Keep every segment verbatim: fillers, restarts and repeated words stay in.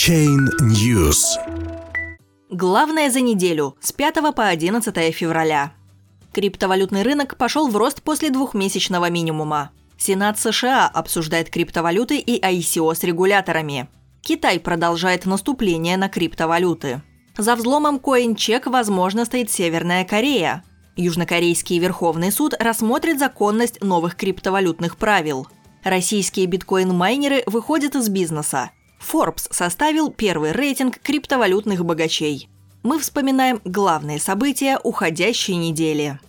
Блокчейн News. Главное за неделю с пятого по одиннадцатое февраля. Криптовалютный рынок пошел в рост после двухмесячного минимума. Сенат США обсуждает криптовалюты и ай си о с регуляторами. Китай продолжает наступление на криптовалюты. За взломом CoinCheck, возможно, стоит Северная Корея. Южнокорейский Верховный суд рассмотрит законность новых криптовалютных правил. Российские биткоин-майнеры выходят из бизнеса. Forbes составил первый рейтинг криптовалютных богачей. Мы вспоминаем главные события уходящей недели.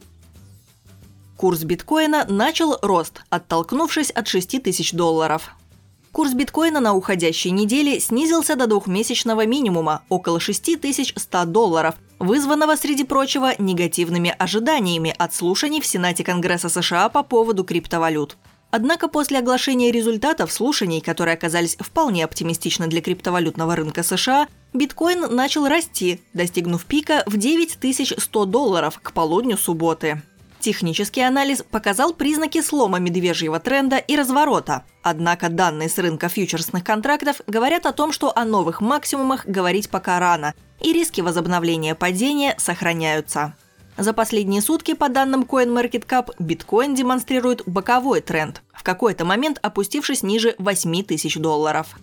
Курс биткоина начал рост, оттолкнувшись от шести тысяч долларов. Курс биткоина на уходящей неделе снизился до двухмесячного минимума, около шести тысяч ста долларов, вызванного, среди прочего, негативными ожиданиями от слушаний в Сенате Конгресса США по поводу криптовалют. Однако после оглашения результатов слушаний, которые оказались вполне оптимистичны для криптовалютного рынка США, биткоин начал расти, достигнув пика в девять тысяч сто долларов к полудню субботы. Технический анализ показал признаки слома медвежьего тренда и разворота. Однако данные с рынка фьючерсных контрактов говорят о том, что о новых максимумах говорить пока рано, и риски возобновления падения сохраняются. За последние сутки, по данным CoinMarketCap, биткоин демонстрирует боковой тренд, в какой-то момент опустившись ниже восьми тысяч долларов.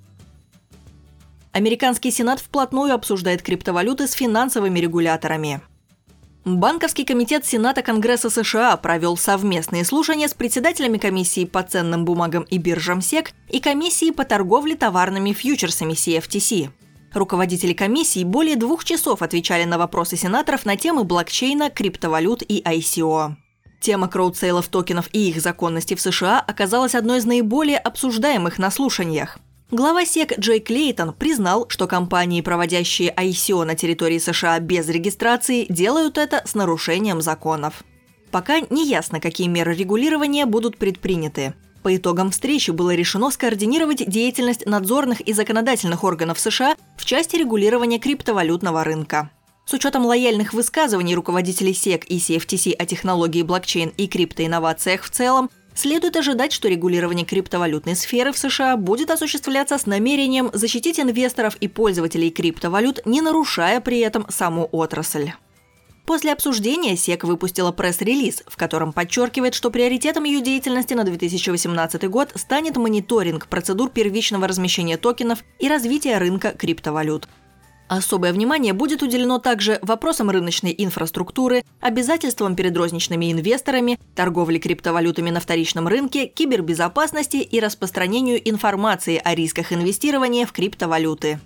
Американский Сенат вплотную обсуждает криптовалюты с финансовыми регуляторами. Банковский комитет Сената Конгресса США провел совместные слушания с председателями комиссии по ценным бумагам и биржам сек и комиссии по торговле товарными фьючерсами си эф ти си. Руководители комиссии более двух часов отвечали на вопросы сенаторов на темы блокчейна, криптовалют и ай си о. Тема кроудсейлов токенов и их законности в США оказалась одной из наиболее обсуждаемых на слушаниях. Глава сек Джей Клейтон признал, что компании, проводящие ай си о на территории США без регистрации, делают это с нарушением законов. Пока не ясно, какие меры регулирования будут предприняты. По итогам встречи было решено скоординировать деятельность надзорных и законодательных органов США в части регулирования криптовалютного рынка. С учетом лояльных высказываний руководителей сек и си эф ти си о технологии блокчейн и криптоинновациях в целом, следует ожидать, что регулирование криптовалютной сферы в США будет осуществляться с намерением защитить инвесторов и пользователей криптовалют, не нарушая при этом саму отрасль. После обсуждения сек выпустила пресс-релиз, в котором подчеркивает, что приоритетом ее деятельности на две тысячи восемнадцатый год станет мониторинг процедур первичного размещения токенов и развития рынка криптовалют. Особое внимание будет уделено также вопросам рыночной инфраструктуры, обязательствам перед розничными инвесторами, торговле криптовалютами на вторичном рынке, кибербезопасности и распространению информации о рисках инвестирования в криптовалюты.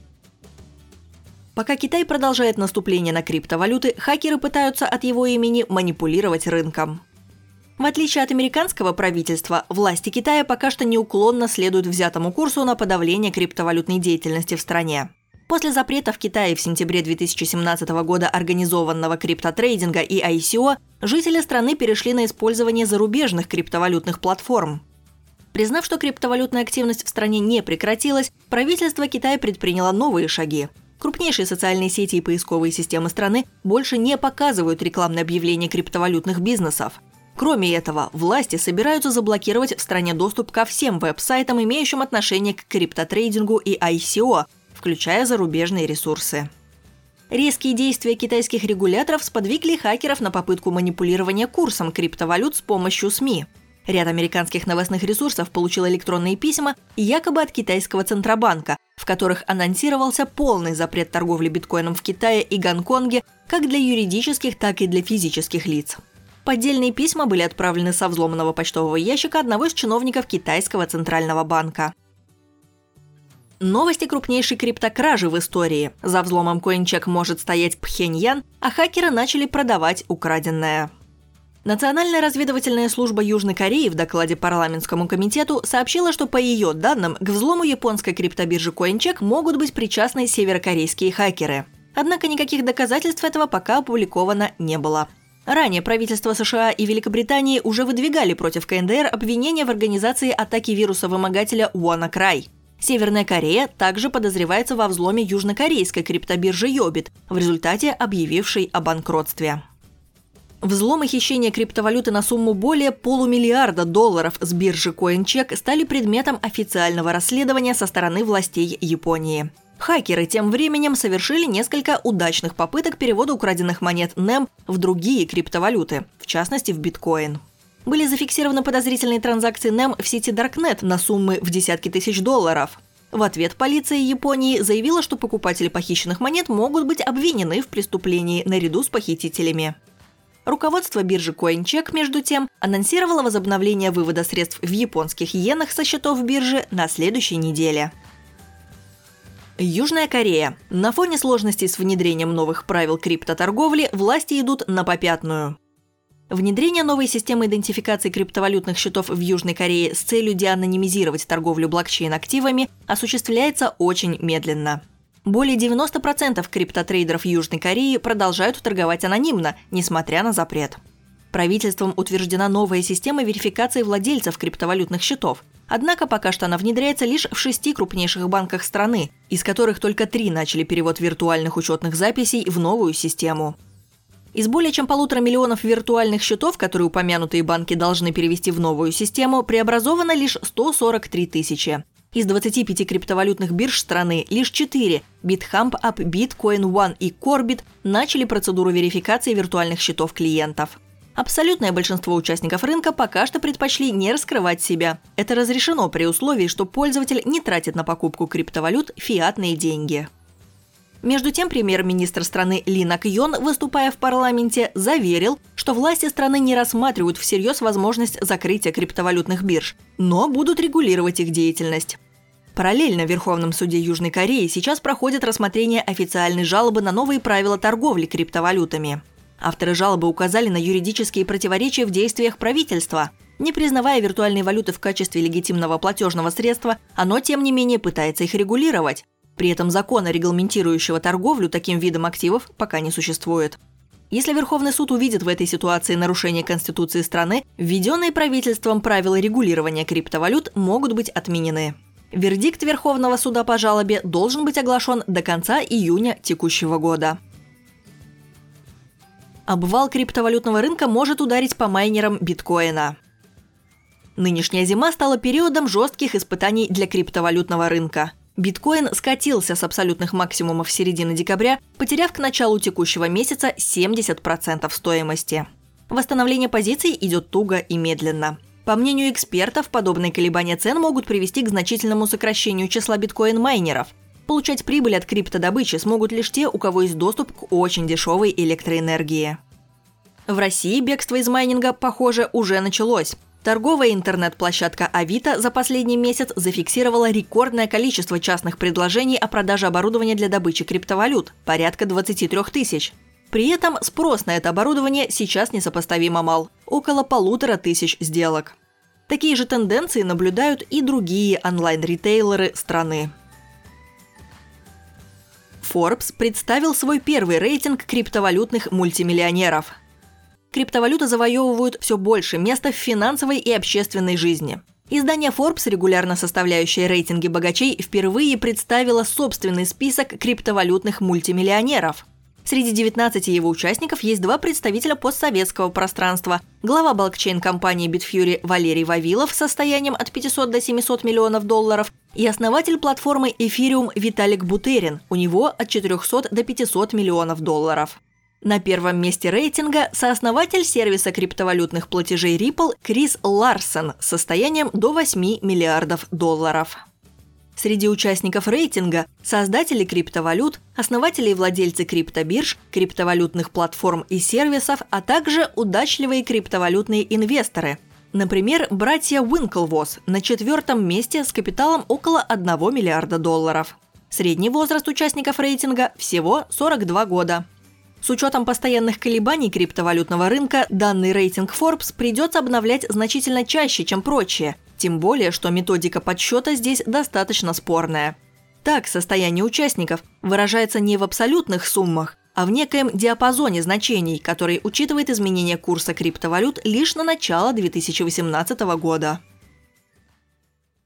Пока Китай продолжает наступление на криптовалюты, хакеры пытаются от его имени манипулировать рынком. В отличие от американского правительства, власти Китая пока что неуклонно следуют взятому курсу на подавление криптовалютной деятельности в стране. После запрета в Китае в сентябре две тысячи семнадцатого года организованного криптотрейдинга и ай си о, жители страны перешли на использование зарубежных криптовалютных платформ. Признав, что криптовалютная активность в стране не прекратилась, правительство Китая предприняло новые шаги. Крупнейшие социальные сети и поисковые системы страны больше не показывают рекламные объявления криптовалютных бизнесов. Кроме этого, власти собираются заблокировать в стране доступ ко всем веб-сайтам, имеющим отношение к криптотрейдингу и ай си о, включая зарубежные ресурсы. Резкие действия китайских регуляторов сподвигли хакеров на попытку манипулирования курсом криптовалют с помощью СМИ. Ряд американских новостных ресурсов получил электронные письма якобы от китайского Центробанка, в которых анонсировался полный запрет торговли биткоином в Китае и Гонконге как для юридических, так и для физических лиц. Поддельные письма были отправлены со взломанного почтового ящика одного из чиновников китайского Центрального банка. Новости крупнейшей криптокражи в истории. За взломом CoinCheck может стоять Пхеньян, а хакеры начали продавать украденное. Национальная разведывательная служба Южной Кореи в докладе парламентскому комитету сообщила, что по ее данным к взлому японской криптобиржи CoinCheck могут быть причастны северокорейские хакеры. Однако никаких доказательств этого пока опубликовано не было. Ранее правительства США и Великобритании уже выдвигали против ка эн дэ эр обвинения в организации атаки вируса-вымогателя WannaCry. Северная Корея также подозревается во взломе южнокорейской криптобиржи Yobit, в результате объявившей о банкротстве. Взлом и хищение криптовалюты на сумму более полумиллиарда долларов с биржи CoinCheck стали предметом официального расследования со стороны властей Японии. Хакеры тем временем совершили несколько удачных попыток перевода украденных монет нэм в другие криптовалюты, в частности в биткоин. Были зафиксированы подозрительные транзакции нэм в сети Darknet на суммы в десятки тысяч долларов. В ответ полиция Японии заявила, что покупатели похищенных монет могут быть обвинены в преступлении наряду с похитителями. Руководство биржи CoinCheck, между тем, анонсировало возобновление вывода средств в японских иенах со счетов биржи на следующей неделе. Южная Корея. На фоне сложностей с внедрением новых правил криптоторговли власти идут на попятную. Внедрение новой системы идентификации криптовалютных счетов в Южной Корее с целью деанонимизировать торговлю блокчейн-активами осуществляется очень медленно. Более девяноста процентов криптотрейдеров Южной Кореи продолжают торговать анонимно, несмотря на запрет. Правительством утверждена новая система верификации владельцев криптовалютных счетов. Однако пока что она внедряется лишь в шести крупнейших банках страны, из которых только три начали перевод виртуальных учетных записей в новую систему. Из более чем полутора миллионов виртуальных счетов, которые упомянутые банки должны перевести в новую систему, преобразовано лишь сто сорок три тысячи. Из двадцати пяти криптовалютных бирж страны лишь четыре – BitHump, Upbit, CoinOne и Corbit – начали процедуру верификации виртуальных счетов клиентов. Абсолютное большинство участников рынка пока что предпочли не раскрывать себя. Это разрешено при условии, что пользователь не тратит на покупку криптовалют фиатные деньги. Между тем, премьер-министр страны Ли Нак Йон, выступая в парламенте, заверил, что власти страны не рассматривают всерьез возможность закрытия криптовалютных бирж, но будут регулировать их деятельность. Параллельно в Верховном суде Южной Кореи сейчас проходит рассмотрение официальной жалобы на новые правила торговли криптовалютами. Авторы жалобы указали на юридические противоречия в действиях правительства. Не признавая виртуальные валюты в качестве легитимного платежного средства, оно, тем не менее, пытается их регулировать. При этом закона, регламентирующего торговлю таким видом активов, пока не существует. Если Верховный суд увидит в этой ситуации нарушение Конституции страны, введенные правительством правила регулирования криптовалют могут быть отменены. Вердикт Верховного суда по жалобе должен быть оглашен до конца июня текущего года. Обвал криптовалютного рынка может ударить по майнерам биткоина. Нынешняя зима стала периодом жестких испытаний для криптовалютного рынка. Биткоин скатился с абсолютных максимумов середины декабря, потеряв к началу текущего месяца семьдесят процентов стоимости. Восстановление позиций идет туго и медленно. По мнению экспертов, подобные колебания цен могут привести к значительному сокращению числа биткоин-майнеров. Получать прибыль от криптодобычи смогут лишь те, у кого есть доступ к очень дешевой электроэнергии. В России бегство из майнинга, похоже, уже началось. Торговая интернет-площадка Авито за последний месяц зафиксировала рекордное количество частных предложений о продаже оборудования для добычи криптовалют – порядка двадцати трёх тысяч. При этом спрос на это оборудование сейчас несопоставимо мал – около полутора тысяч сделок. Такие же тенденции наблюдают и другие онлайн-ритейлеры страны. Forbes представил свой первый рейтинг криптовалютных мультимиллионеров. Криптовалюты завоевывают все больше места в финансовой и общественной жизни. Издание Forbes, регулярно составляющее рейтинги богачей, впервые представило собственный список криптовалютных мультимиллионеров. Среди девятнадцати его участников есть два представителя постсоветского пространства. Глава блокчейн-компании Bitfury Валерий Вавилов с состоянием от пятисот до семисот миллионов долларов и основатель платформы Ethereum Виталик Бутерин, у него от четырехсот до пятисот миллионов долларов. На первом месте рейтинга сооснователь сервиса криптовалютных платежей Ripple Крис Ларсен с состоянием до восьми миллиардов долларов. Среди участников рейтинга – создатели криптовалют, основатели и владельцы криптобирж, криптовалютных платформ и сервисов, а также удачливые криптовалютные инвесторы. Например, братья Winklevoss на четвертом месте с капиталом около одного миллиарда долларов. Средний возраст участников рейтинга – всего сорок два года. С учетом постоянных колебаний криптовалютного рынка, данный рейтинг Forbes придется обновлять значительно чаще, чем прочие, тем более, что методика подсчета здесь достаточно спорная. Так, состояние участников выражается не в абсолютных суммах, а в некоем диапазоне значений, который учитывает изменение курса криптовалют лишь на начало две тысячи восемнадцатого года.